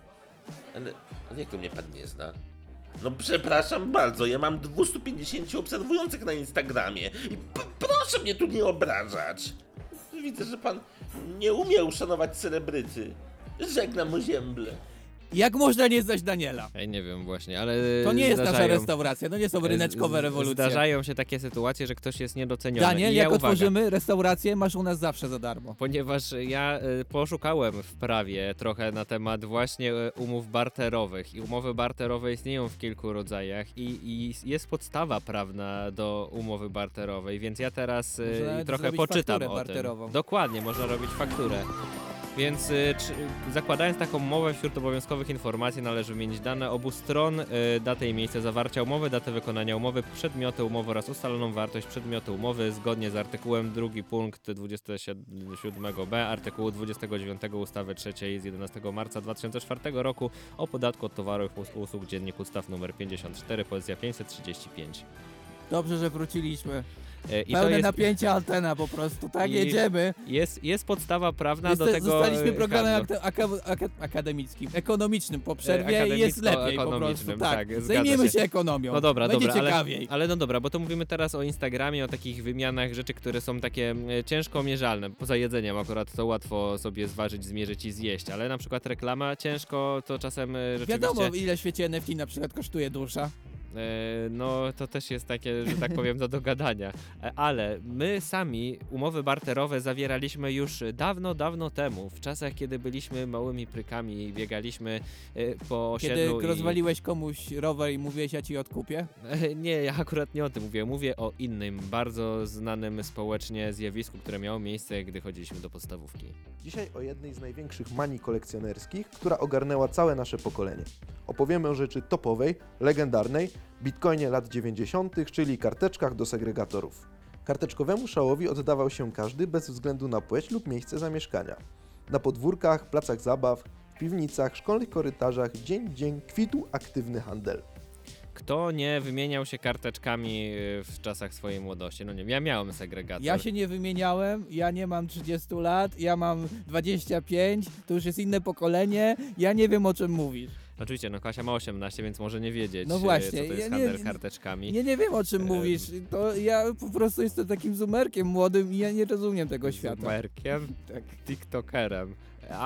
S4: Ale jak to mnie pan nie zna? No przepraszam bardzo, ja mam 250 obserwujących na Instagramie. I proszę mnie tu nie obrażać. Widzę, że pan nie umie uszanować celebryty. Żegnam o ziemble.
S2: Jak można nie znać Daniela?
S3: Ja nie wiem właśnie, ale
S2: To nie jest nasza restauracja, to nie są ryneczkowe rewolucje.
S3: Zdarzają się takie sytuacje, że ktoś jest niedoceniony.
S2: Daniel,
S3: I
S2: jak
S3: uwaga,
S2: otworzymy restaurację, masz u nas zawsze za darmo.
S3: Ponieważ ja poszukałem w prawie trochę na temat właśnie umów barterowych i umowy barterowe istnieją w kilku rodzajach i jest podstawa prawna do umowy barterowej, więc ja teraz trochę poczytam o
S2: barterową.
S3: tym. Dokładnie, można robić fakturę. Więc zakładając taką umowę, wśród obowiązkowych informacji należy wymienić dane obu stron, datę i miejsce zawarcia umowy, datę wykonania umowy, przedmioty umowy oraz ustaloną wartość przedmiotu umowy zgodnie z artykułem 2 punkt 27b artykułu 29 ustawy 3 z 11 marca 2004 roku o podatku od towarów i usług, dziennik ustaw nr 54, pozycja 535.
S2: Dobrze, że wróciliśmy.
S3: I
S2: Pełne
S3: to jest,
S2: napięcie antena po prostu, tak jedziemy.
S3: Jest podstawa prawna do tego.
S2: Zostaliśmy programem
S3: handlu.
S2: akademickim, ekonomicznym po przerwie i jest lepiej po prostu. Tak, zajmiemy się ekonomią.
S3: No dobra,
S2: będzie
S3: dobra,
S2: ciekawiej.
S3: Ale no dobra, bo to mówimy teraz o Instagramie, o takich wymianach rzeczy, które są takie ciężko mierzalne. Poza jedzeniem akurat to łatwo sobie zważyć, zmierzyć i zjeść, ale na przykład reklama ciężko to czasem rzeczywiście...
S2: Wiadomo, ile w świecie NFT na przykład kosztuje dusza.
S3: No to też jest takie, że tak powiem, do dogadania. Ale my sami umowy barterowe zawieraliśmy już dawno, dawno temu, w czasach, kiedy byliśmy małymi prykami i biegaliśmy po osiedlu.
S2: Kiedy rozwaliłeś komuś rower i mówiłeś, ja ci odkupię?
S3: Nie, ja akurat nie o tym mówię. Mówię o innym, bardzo znanym społecznie zjawisku, które miało miejsce, gdy chodziliśmy do podstawówki.
S13: Dzisiaj o jednej z największych manii kolekcjonerskich, która ogarnęła całe nasze pokolenie. Opowiemy o rzeczy topowej, legendarnej, bitcoinie lat 90., czyli karteczkach do segregatorów. Karteczkowemu szałowi oddawał się każdy bez względu na płeć lub miejsce zamieszkania. Na podwórkach, placach zabaw, w piwnicach, szkolnych korytarzach dzień w dzień kwitł aktywny handel.
S3: Kto nie wymieniał się karteczkami w czasach swojej młodości? No nie, ja miałem segregator.
S2: Ja się nie wymieniałem, ja nie mam 30 lat, ja mam 25, to już jest inne pokolenie, ja nie wiem o czym mówisz.
S3: Oczywiście, no Kasia ma 18, więc może nie wiedzieć,
S2: no właśnie,
S3: co to jest handel karteczkami.
S2: Nie wiem o czym mówisz, to ja po prostu jestem takim zoomerkiem młodym i ja nie rozumiem tego świata.
S3: Zoomerkiem? Tak. TikTokerem.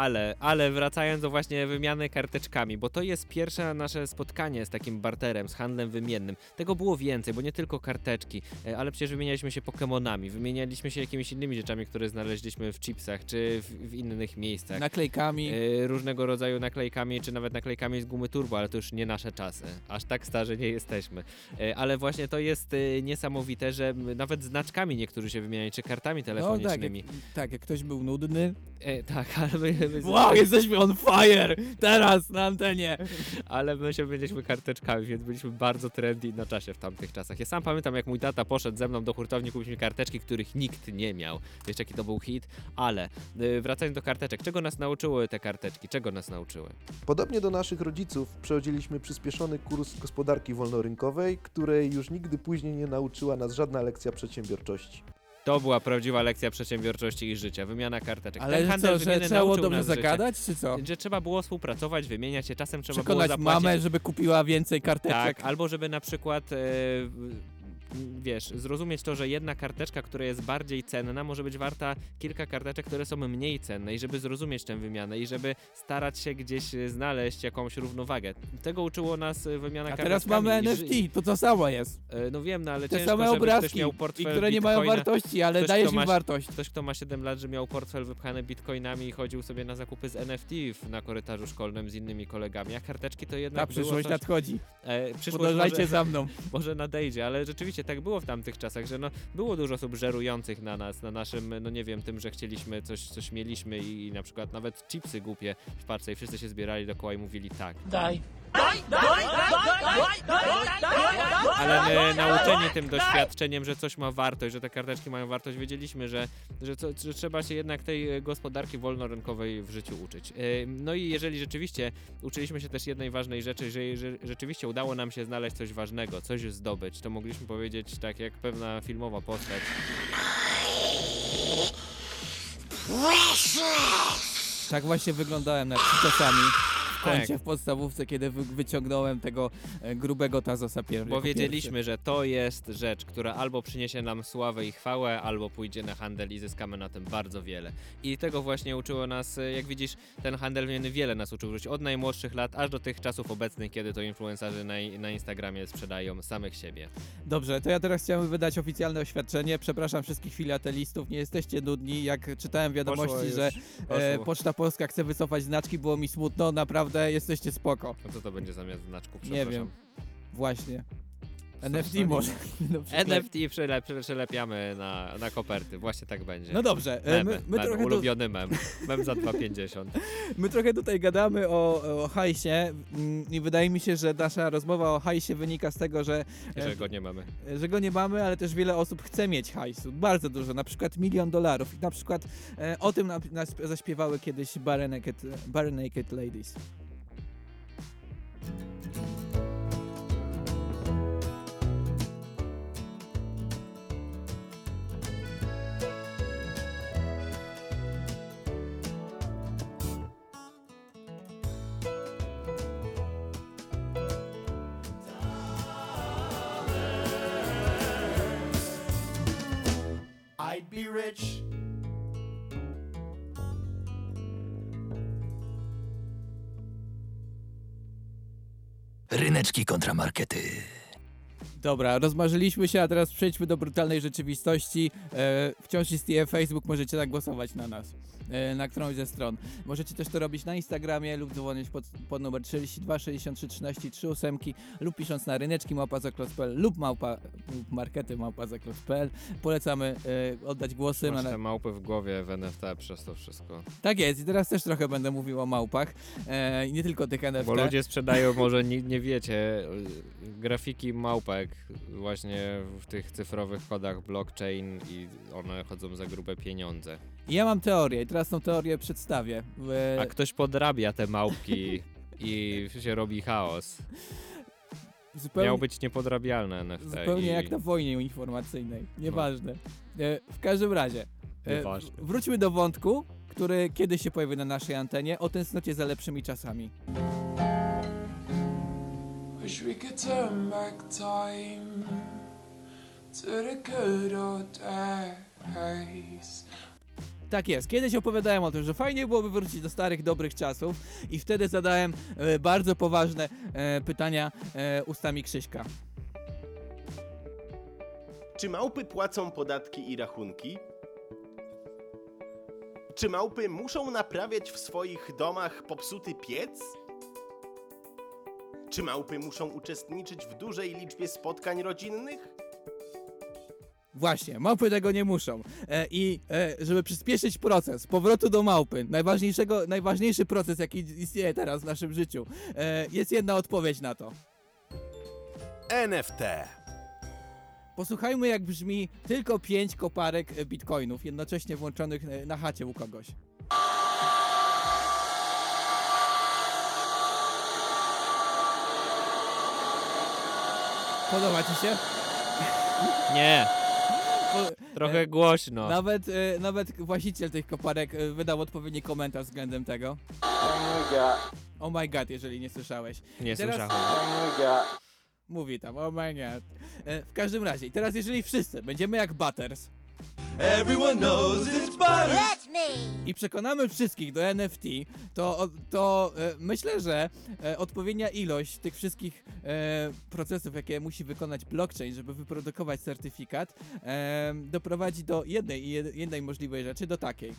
S3: Ale wracając do właśnie wymiany karteczkami, bo to jest pierwsze nasze spotkanie z takim barterem, z handlem wymiennym. Tego było więcej, bo nie tylko karteczki, ale przecież wymienialiśmy się Pokemonami, wymienialiśmy się jakimiś innymi rzeczami, które znaleźliśmy w chipsach, czy w innych miejscach.
S2: Naklejkami.
S3: Różnego rodzaju naklejkami, czy nawet naklejkami z gumy turbo, ale to już nie nasze czasy. Aż tak starzy nie jesteśmy. Ale właśnie to jest niesamowite, że nawet znaczkami niektórzy się wymieniają, czy kartami telefonicznymi.
S2: No tak, jak ktoś był nudny.
S3: Tak, ale my
S2: wow, jesteśmy on fire! Teraz na antenie!
S3: Ale my się byliśmy karteczkami, więc byliśmy bardzo trendy na czasie w tamtych czasach. Ja sam pamiętam, jak mój tata poszedł ze mną do hurtowni, kupić mi karteczki, których nikt nie miał. Wiesz, jaki to był hit? Ale wracając do karteczek, czego nas nauczyły te karteczki? Czego nas nauczyły?
S13: Podobnie do naszych rodziców przechodziliśmy przyspieszony kurs gospodarki wolnorynkowej, której już nigdy później nie nauczyła nas żadna lekcja przedsiębiorczości.
S3: To była prawdziwa lekcja przedsiębiorczości i życia, wymiana karteczek.
S2: Ale
S3: Ten handel
S2: co, że
S3: wymienny
S2: trzeba było
S3: nauczył
S2: dobrze
S3: nas życia.
S2: zagadać, czy co?
S3: Że trzeba było współpracować, wymieniać się, czasem trzeba
S2: Przekonać
S3: było zapłacić.
S2: mamę, żeby kupiła więcej karteczek.
S3: Tak, albo żeby na przykład, wiesz, zrozumieć to, że jedna karteczka, która jest bardziej cenna, może być warta kilka karteczek, które są mniej cenne i żeby zrozumieć tę wymianę i żeby starać się gdzieś znaleźć jakąś równowagę. Tego uczyło nas wymiana karteczkami.
S2: A teraz mamy NFT, to samo jest.
S3: No wiem, no ale
S2: Te
S3: ciężko,
S2: same
S3: żeby ktoś
S2: obrazki,
S3: miał portfel
S2: które nie mają
S3: bitcoina.
S2: wartości, ale
S3: Ktoś,
S2: dajesz
S3: kto
S2: im
S3: ma-
S2: wartość.
S3: Ktoś, kto ma 7 lat, że miał portfel wypchany bitcoinami i chodził sobie na zakupy z NFT na korytarzu szkolnym z innymi kolegami, a karteczki to jednak
S2: Ta
S3: było
S2: przyszłość
S3: coś...
S2: nadchodzi.
S3: Przyszłość
S2: Podążajcie
S3: może,
S2: za mną.
S3: może nadejdzie, ale rzeczywiście tak było w tamtych czasach, że no, było dużo osób żerujących na nas, na naszym, no nie wiem, tym, że chcieliśmy coś mieliśmy i na przykład nawet chipsy głupie w parce i wszyscy się zbierali dookoła i mówili tak.
S9: Daj.
S3: Ale my nauczeni tym doświadczeniem, że coś ma wartość, że te karteczki mają wartość, wiedzieliśmy, że trzeba się jednak tej gospodarki wolnorynkowej w życiu uczyć. No i jeżeli rzeczywiście uczyliśmy się też jednej ważnej rzeczy, że rzeczywiście udało nam się znaleźć coś ważnego, coś zdobyć, to mogliśmy powiedzieć tak jak pewna filmowa postać.
S2: Tak właśnie wyglądałem nad czasami w kącie
S3: Tak.
S2: w podstawówce, kiedy wyciągnąłem tego grubego Tazosa pierwszego.
S3: Bo wiedzieliśmy, że to jest rzecz, która albo przyniesie nam sławę i chwałę, albo pójdzie na handel i zyskamy na tym bardzo wiele. I tego właśnie uczyło nas, jak widzisz, ten handel wymienny wiele nas uczył żyć od najmłodszych lat, aż do tych czasów obecnych, kiedy to influencerzy na Instagramie sprzedają samych siebie.
S2: Dobrze, to ja teraz chciałem wydać oficjalne oświadczenie. Przepraszam wszystkich filatelistów, nie jesteście nudni. Jak czytałem wiadomości,
S3: Poszło
S2: że
S3: Poszło.
S2: Poczta Polska chce wycofać znaczki, było mi smutno, naprawdę jesteście spoko.
S3: A co to będzie zamiast znaczków?
S2: Nie
S3: Przepraszam.
S2: wiem. Właśnie.
S3: Co
S2: NFT
S3: to
S2: może. No,
S3: NFT przelepiamy na koperty, właśnie tak będzie.
S2: No dobrze,
S3: Memy,
S2: my trochę
S3: ulubiony mem. Mem za 2,50.
S2: My trochę tutaj gadamy o hajsie i wydaje mi się, że nasza rozmowa o hajsie wynika z tego, że
S3: Że go nie mamy.
S2: że go nie mamy, ale też wiele osób chce mieć hajsu. Bardzo dużo, na przykład $1 000 000. I na przykład o tym zaśpiewały kiedyś Bare Naked Ladies.
S9: I'd be rich.
S1: Ryneczki kontramarkety.
S2: Dobra, rozmarzyliśmy się, a teraz przejdźmy do brutalnej rzeczywistości. Wciąż istnieje Facebook, możecie zagłosować na nas. Na którąś ze stron. Możecie też to robić na Instagramie lub dzwonić pod numer 42 63 13 38 lub pisząc na ryneczki@zaklos.pl lub markety@zaklos.pl. Polecamy oddać głosy.
S3: Masz te małpy w głowie w NFT przez to wszystko.
S2: Tak jest i teraz też trochę będę mówił o małpach. I nie tylko tych NFT.
S3: Bo ludzie sprzedają, może nie wiecie, grafiki małpek właśnie w tych cyfrowych kodach blockchain i one chodzą za grube pieniądze.
S2: Ja mam teorię i teraz tą teorię przedstawię.
S3: A ktoś podrabia te małpki i się robi chaos. Miał być niepodrabialne NFT.
S2: Zupełnie jak na wojnie informacyjnej. Nieważne. W każdym razie.
S3: Nieważne.
S2: Wróćmy do wątku, który kiedyś się pojawił na naszej antenie, o tęsknocie za lepszymi czasami.
S9: Wish we could turn back time to the good old days.
S2: Tak jest, kiedyś opowiadałem o tym, że fajnie byłoby wrócić do starych, dobrych czasów i wtedy zadałem bardzo poważne pytania ustami Krzyśka.
S14: Czy małpy płacą podatki i rachunki? Czy małpy muszą naprawiać w swoich domach popsuty piec? Czy małpy muszą uczestniczyć w dużej liczbie spotkań rodzinnych?
S2: Właśnie, małpy tego nie muszą. Żeby przyspieszyć proces powrotu do małpy, najważniejszy proces, jaki istnieje teraz w naszym życiu, jest jedna odpowiedź na to.
S14: NFT.
S2: Posłuchajmy, jak brzmi tylko 5 koparek bitcoinów, jednocześnie włączonych na chacie u kogoś. Podoba ci się?
S3: Nie. Trochę głośno.
S2: Nawet właściciel tych koparek wydał odpowiedni komentarz względem tego. Oh my god, jeżeli nie słyszałeś.
S3: Nie słyszałem.
S2: Mówi tam, oh my god. W każdym razie, i teraz jeżeli wszyscy będziemy jak Butters
S8: Everyone knows it's butter.
S11: That's me.
S2: i przekonamy wszystkich do NFT, to myślę, że odpowiednia ilość tych wszystkich procesów, jakie musi wykonać blockchain, żeby wyprodukować certyfikat, doprowadzi do jednej możliwej rzeczy, do takiej.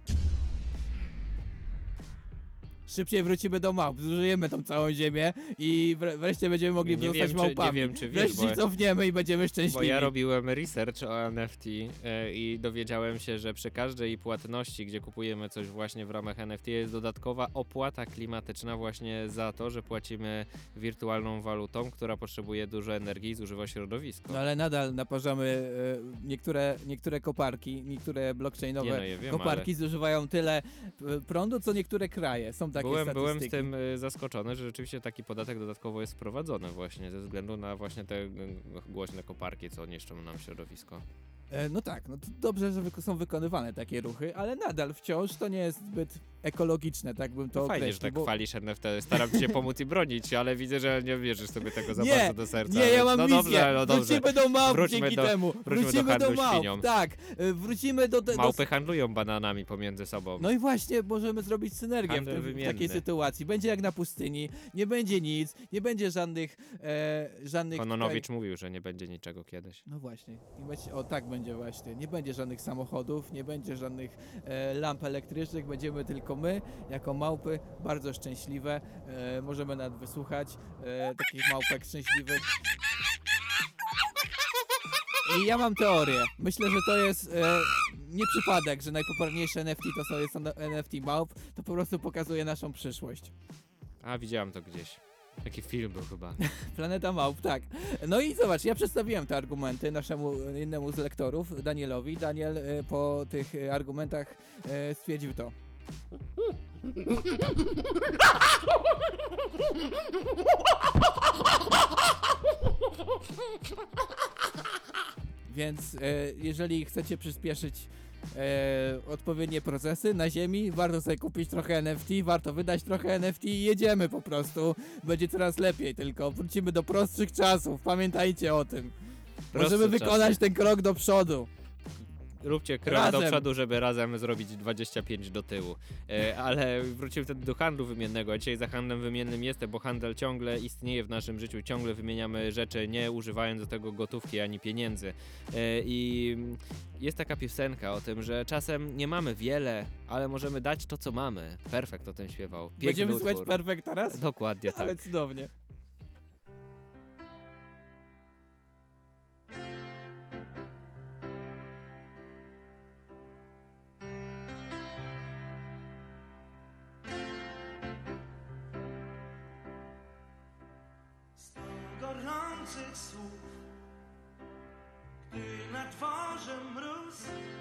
S2: Szybciej wrócimy do małp, zużyjemy tą całą ziemię i wreszcie będziemy mogli zostać małpami.
S3: Nie wiem, czy wiesz,
S2: wreszcie cofniemy i będziemy szczęśliwi.
S3: Bo ja robiłem research o NFT i dowiedziałem się, że przy każdej płatności, gdzie kupujemy coś właśnie w ramach NFT, jest dodatkowa opłata klimatyczna właśnie za to, że płacimy wirtualną walutą, która potrzebuje dużo energii i zużywa środowisko.
S2: No ale nadal naparzamy niektóre koparki, niektóre blockchainowe
S3: ja wiem,
S2: koparki zużywają tyle prądu, co niektóre kraje. Są takie
S3: Byłem z
S2: statystyki.
S3: tym zaskoczony, że rzeczywiście taki podatek dodatkowo jest wprowadzony właśnie ze względu na właśnie te głośne koparki, co niszczą nam środowisko.
S2: No tak, no to dobrze, że są wykonywane takie ruchy, ale nadal wciąż to nie jest zbyt ekologiczne, tak bym to
S3: Fajnie, że tak chwalisz NFT, staram się pomóc i bronić, ale widzę, że nie wierzysz sobie tego za bardzo do serca.
S2: Nie, ja mam
S3: no
S2: misję.
S3: Dobrze.
S2: Wrócimy do małp dzięki temu. Wrócimy do małp,
S3: świniom.
S2: tak. Wrócimy do...
S3: Małpy handlują bananami pomiędzy sobą.
S2: No i właśnie możemy zrobić synergię w takiej sytuacji. Będzie jak na pustyni, nie będzie nic, nie będzie żadnych...
S3: Kononowicz mówił, że nie będzie niczego kiedyś.
S2: No właśnie. Tak będzie właśnie. Nie będzie żadnych samochodów, nie będzie żadnych lamp elektrycznych, będziemy tylko my, jako małpy, bardzo szczęśliwe. Możemy nawet wysłuchać takich małpek szczęśliwych. I ja mam teorię. Myślę, że to jest nie przypadek, że najpopularniejsze NFT są NFT małp, to po prostu pokazuje naszą przyszłość.
S3: A, widziałem to gdzieś. Taki film był chyba.
S2: Planeta Małp, tak. No i zobacz, ja przedstawiłem te argumenty naszemu innemu z lektorów, Danielowi. Daniel po tych argumentach stwierdził to. Więc jeżeli chcecie przyspieszyć odpowiednie procesy na ziemi, warto sobie kupić trochę NFT, warto wydać trochę NFT i jedziemy po prostu. Będzie coraz lepiej, tylko wrócimy do prostszych czasów, pamiętajcie o tym. Możemy wykonać ten krok do przodu.
S3: Róbcie krok do przodu, żeby razem zrobić 25 do tyłu. Ale wrócimy wtedy do handlu wymiennego. A dzisiaj za handlem wymiennym jestem, bo handel ciągle istnieje w naszym życiu. Ciągle wymieniamy rzeczy, nie używając do tego gotówki ani pieniędzy. I jest taka piosenka o tym, że czasem nie mamy wiele, ale możemy dać to, co mamy. Perfekt o tym śpiewał. Piękny
S2: Będziemy
S3: utwór.
S2: słuchać Perfekt teraz?
S3: Dokładnie tak.
S2: Ale cudownie.
S8: Gorących słów, gdy na dworze mróz,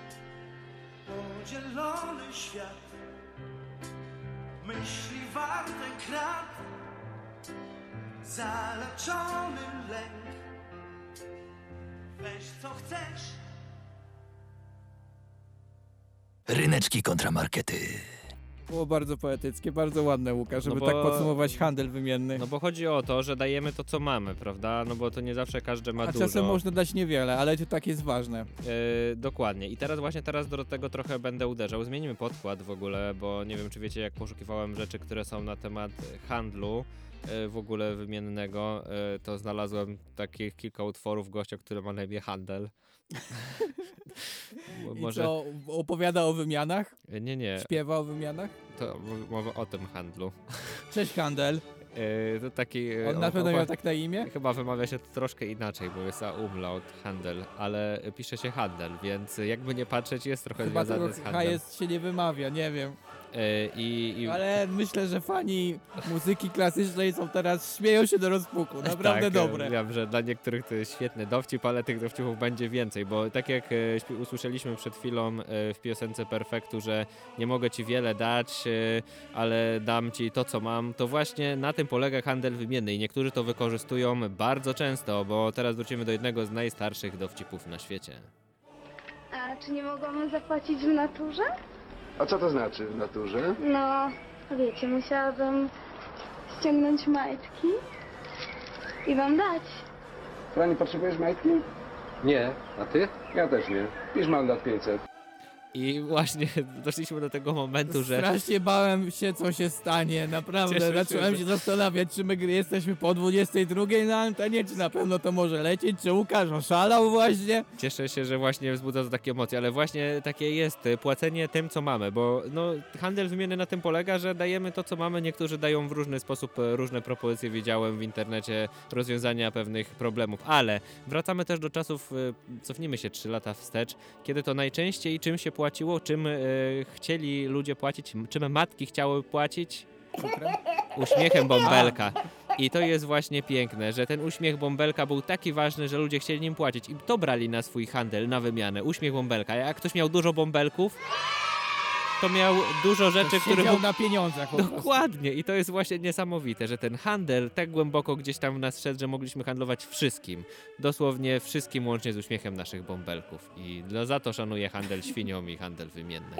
S8: podzielony świat, myśli warte krat, zaleczony lęk, weź co chcesz.
S1: Ryneczki kontramarkety.
S2: Było bardzo poetyckie, bardzo ładne, Łukasz, żeby tak podsumować handel wymienny.
S3: No bo chodzi o to, że dajemy to, co mamy, prawda? No bo to nie zawsze każdy ma dużo.
S2: A czasem można dać niewiele, ale to tak jest ważne.
S3: Dokładnie. I teraz do tego trochę będę uderzał. Zmienimy podkład w ogóle, bo nie wiem, czy wiecie, jak poszukiwałem rzeczy, które są na temat handlu w ogóle wymiennego, to znalazłem takich kilka utworów gościa, który ma na imię Handel.
S2: I co, opowiada o wymianach?
S3: Nie.
S2: Śpiewa o wymianach?
S3: To mowa o tym handlu.
S2: Cześć Handel.
S3: To taki...
S2: On na pewno miał tak na imię?
S3: Chyba wymawia się to troszkę inaczej, bo jest umlaut Handel, ale pisze się Handel, więc jakby nie patrzeć, jest trochę
S2: chyba
S3: związany z handlem.
S2: H się nie wymawia, nie wiem.
S3: Ale
S2: myślę, że fani muzyki klasycznej są teraz, śmieją się do rozpuku, naprawdę
S3: tak,
S2: dobre.
S3: Wiem, że dla niektórych to jest świetny dowcip, ale tych dowcipów będzie więcej, bo tak jak usłyszeliśmy przed chwilą w piosence Perfektu, że nie mogę ci wiele dać, ale dam ci to, co mam, to właśnie na tym polega handel wymienny i niektórzy to wykorzystują bardzo często, bo teraz wrócimy do jednego z najstarszych dowcipów na świecie.
S15: A czy nie mogłam zapłacić w naturze?
S16: A co to znaczy w naturze?
S15: No, wiecie, musiałabym ściągnąć majtki i wam dać.
S16: Pani, potrzebujesz majtki? Nie. A ty? Ja też nie. Pisz mandat 500.
S3: I właśnie doszliśmy do tego momentu, że
S2: Strasznie bałem się, co się stanie, naprawdę.
S3: Cieszę się,
S2: Zacząłem
S3: że-
S2: się zastanawiać, czy my jesteśmy po 22 na antenie, czy na pewno to może lecieć, czy Łukasz oszalał właśnie.
S3: cieszę się, że właśnie wzbudza to takie emocje, ale właśnie takie jest płacenie tym, co mamy, bo no, handel wymienny na tym polega, że dajemy to, co mamy. Niektórzy dają w różny sposób różne propozycje, widziałem w internecie rozwiązania pewnych problemów, ale wracamy też do czasów, cofnijmy się 3 lata wstecz, kiedy to najczęściej czym się płaciło, czym chcieli ludzie płacić, czym matki chciały płacić? Uśmiechem bąbelka. I to jest właśnie piękne, że ten uśmiech bąbelka był taki ważny, że ludzie chcieli nim płacić i to brali na swój handel, na wymianę. Uśmiech bąbelka. Jak ktoś miał dużo bąbelków, to miał dużo rzeczy, które...
S2: Siedział na pieniądzach po prostu.
S3: Dokładnie. I to jest właśnie niesamowite, że ten handel tak głęboko gdzieś tam w nas szedł, że mogliśmy handlować wszystkim. Dosłownie wszystkim, łącznie z uśmiechem naszych bąbelków. I za to szanuję handel świnią i handel wymienny.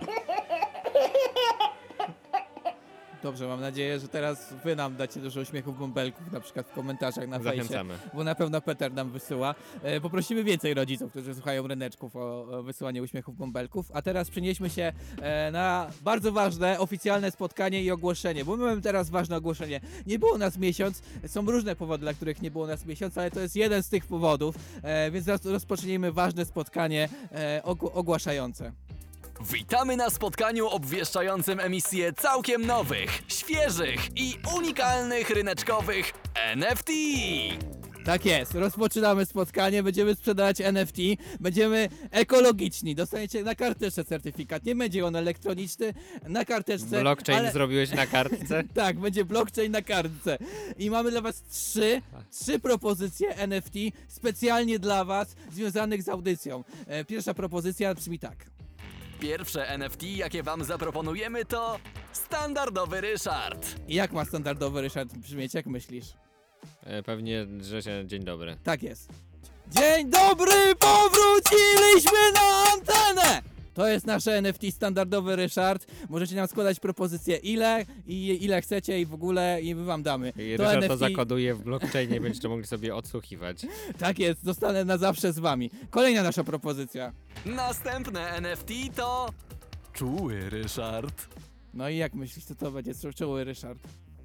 S2: Dobrze, mam nadzieję, że teraz wy nam dacie dużo uśmiechów bąbelków, na przykład w komentarzach na fejsie,
S3: Zachęcamy.
S2: bo na pewno Peter nam wysyła. Poprosimy więcej rodziców, którzy słuchają ryneczków o wysyłanie uśmiechów bąbelków, a teraz przenieśmy się na bardzo ważne, oficjalne spotkanie i ogłoszenie, bo my mamy teraz ważne ogłoszenie. Nie było nas miesiąc, są różne powody, dla których nie było nas miesiąc, ale to jest jeden z tych powodów, więc rozpocznijmy ważne spotkanie ogłaszające.
S1: Witamy na spotkaniu obwieszczającym emisję całkiem nowych, świeżych i unikalnych ryneczkowych NFT!
S2: Tak jest, rozpoczynamy spotkanie, będziemy sprzedawać NFT, będziemy ekologiczni, dostaniecie na karteczce certyfikat, nie będzie on elektroniczny, na karteczce.
S3: Blockchain zrobiłeś na kartce?
S2: Tak, będzie blockchain na kartce. I mamy dla was trzy propozycje NFT specjalnie dla was, związanych z audycją. Pierwsza propozycja brzmi tak.
S1: Pierwsze NFT, jakie wam zaproponujemy, to standardowy Ryszard.
S2: I jak ma standardowy Ryszard brzmieć, jak myślisz?
S3: Pewnie, że się dzień dobry.
S2: Tak jest. Dzień dobry, powróciliśmy na antenę! To jest nasze NFT standardowy Ryszard. Możecie nam składać propozycje ile chcecie i w ogóle i my wam damy.
S3: I Ryszard to zakoduje w blockchainie, będziecie mogli sobie odsłuchiwać.
S2: Tak jest, zostanę na zawsze z wami. Kolejna nasza propozycja.
S1: Następne NFT to czuły Ryszard.
S2: No i jak myślisz, co to będzie czuły Ryszard?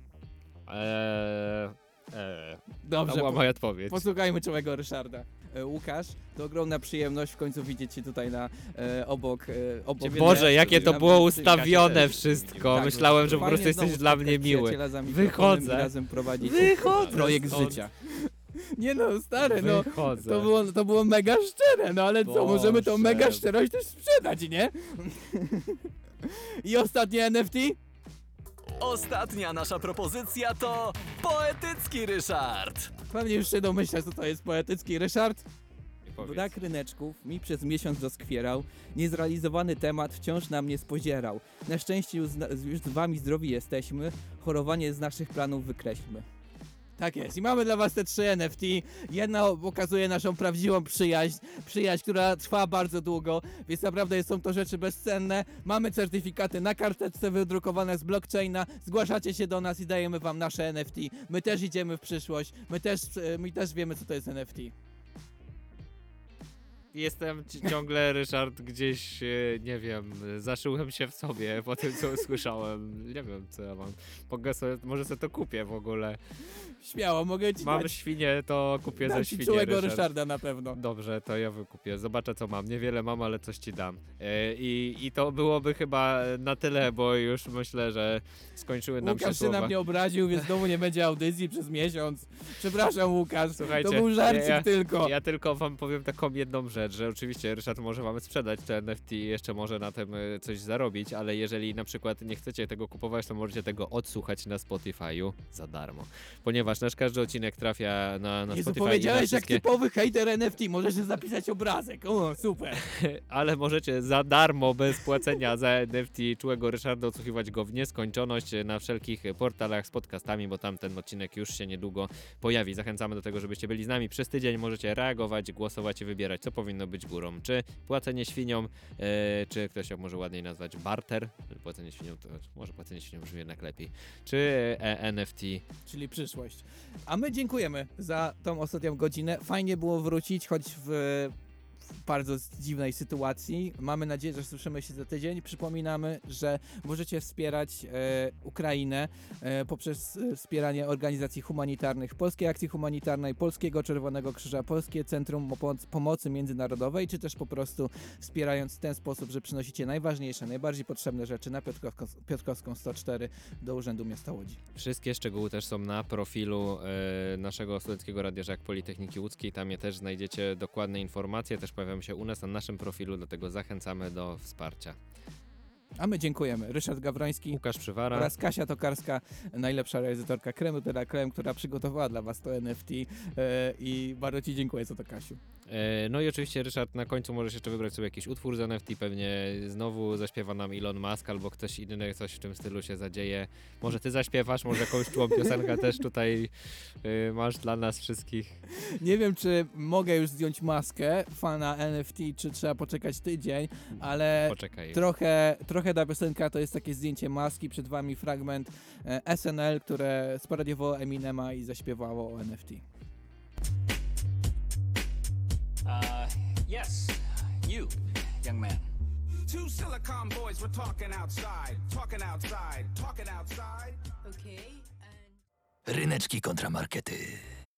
S2: Dobrze,
S3: To była moja odpowiedź.
S2: Posłuchajmy czułego Ryszarda. Łukasz, to ogromna przyjemność w końcu widzieć cię tutaj na obok
S3: Boże,
S2: mnie.
S3: jakie to
S2: Na
S3: było
S2: wizycie.
S3: ustawione wszystko.
S2: Tak,
S3: Myślałem, że po
S2: fajnie
S3: prostu jesteś
S2: znowu
S3: dla mnie
S2: spotkać
S3: miły.
S2: przyjaciela za mikrofonem i
S3: Wychodzę.
S2: razem prowadzić
S3: Wychodzę
S2: projekt
S3: stąd.
S2: życia. Nie no, stary, no
S3: Wychodzę.
S2: to było mega szczere, no ale co, możemy tą
S3: Boże.
S2: mega szczerość też sprzedać, nie? I ostatnie NFT?
S1: Ostatnia nasza propozycja to poetycki Ryszard.
S2: Pewnie już się domyślasz, co to jest poetycki Ryszard.
S3: Powiedz.
S2: Brak ryneczków mi przez miesiąc doskwierał, niezrealizowany temat wciąż na mnie spozierał. Na szczęście już z wami zdrowi jesteśmy, chorowanie z naszych planów wykreślmy. Tak jest i mamy dla was te 3 NFT. Jedna pokazuje naszą prawdziwą przyjaźń, która trwa bardzo długo, więc naprawdę są to rzeczy bezcenne. Mamy certyfikaty na karteczce wydrukowane z blockchaina, zgłaszacie się do nas i dajemy wam nasze NFT. My też idziemy w przyszłość, my też wiemy, co to jest NFT.
S3: Jestem ciągle, Ryszard, gdzieś, nie wiem, zaszyłem się w sobie po tym, co usłyszałem. Nie wiem, co ja mam. Może sobie to kupię w ogóle.
S2: Śmiało, mogę ci
S3: Mam
S2: dać.
S3: świnię, to kupię
S2: Dam
S3: ze
S2: ci
S3: świnię,
S2: czułego Ryszarda na pewno.
S3: Dobrze, to ja wykupię. Zobaczę, co mam. Niewiele mam, ale coś ci dam. I to byłoby chyba na tyle, bo już myślę, że skończyły nam
S2: Łukasz
S3: się
S2: się
S3: słowa.
S2: na mnie obraził, więc znowu nie będzie audycji przez miesiąc. Przepraszam, Łukasz,
S3: Słuchajcie,
S2: to był żarcik tylko.
S3: Ja tylko wam powiem taką jedną rzecz, że oczywiście Ryszard może wam sprzedać te NFT i jeszcze może na tym coś zarobić, ale jeżeli na przykład nie chcecie tego kupować, to możecie tego odsłuchać na Spotify'u za darmo. Ponieważ nasz każdy odcinek trafia na
S2: Jezu,
S3: Spotify
S2: powiedziałeś
S3: i na
S2: jak typowy hater NFT, możesz zapisać obrazek. O, super.
S3: ale możecie za darmo, bez płacenia za NFT czułego Ryszarda odsłuchiwać go w nieskończoność na wszelkich portalach z podcastami, bo tam ten odcinek już się niedługo pojawi. Zachęcamy do tego, żebyście byli z nami przez tydzień. Możecie reagować, głosować i wybierać, co powinno powinno być górą. Czy płacenie świniom, czy ktoś może ładniej nazwać barter, płacenie świniom to może płacenie świniom brzmi jednak lepiej, czy NFT.
S2: Czyli przyszłość. A my dziękujemy za tą ostatnią godzinę. Fajnie było wrócić, choć w bardzo dziwnej sytuacji. Mamy nadzieję, że słyszymy się za tydzień. Przypominamy, że możecie wspierać Ukrainę poprzez wspieranie organizacji humanitarnych, Polskiej Akcji Humanitarnej, Polskiego Czerwonego Krzyża, Polskie Centrum Pomocy Międzynarodowej, czy też po prostu wspierając w ten sposób, że przynosicie najważniejsze, najbardziej potrzebne rzeczy na Piotrkowską 104 do Urzędu Miasta Łodzi.
S3: Wszystkie szczegóły też są na profilu naszego studenckiego Radia Żak Politechniki Łódzkiej. Tam je też znajdziecie dokładne informacje, też pojawią się u nas na naszym profilu, dlatego zachęcamy do wsparcia.
S2: A my dziękujemy. Ryszard Gawroński,
S3: Łukasz Przywara
S2: oraz Kasia Tokarska, najlepsza realizatorka Kremu de la Creme, która przygotowała dla was to NFT i bardzo ci dziękuję za to, Kasiu.
S3: No i oczywiście Ryszard na końcu możesz jeszcze wybrać sobie jakiś utwór z NFT, pewnie znowu zaśpiewa nam Elon Musk albo ktoś inny, coś w tym stylu się zadzieje. Może ty zaśpiewasz, może jakąś czułą piosenkę też tutaj masz dla nas wszystkich.
S2: Nie wiem, czy mogę już zdjąć maskę fana NFT, czy trzeba poczekać tydzień, ale
S3: Poczekaj.
S2: trochę ta piosenka to jest takie zdjęcie maski, przed wami fragment SNL, które sparodiowało Eminema i zaśpiewało o NFT.
S17: Yes, you, young man. Two Silicon boys were talking outside. Okay.
S1: Ryneczki kontra markety.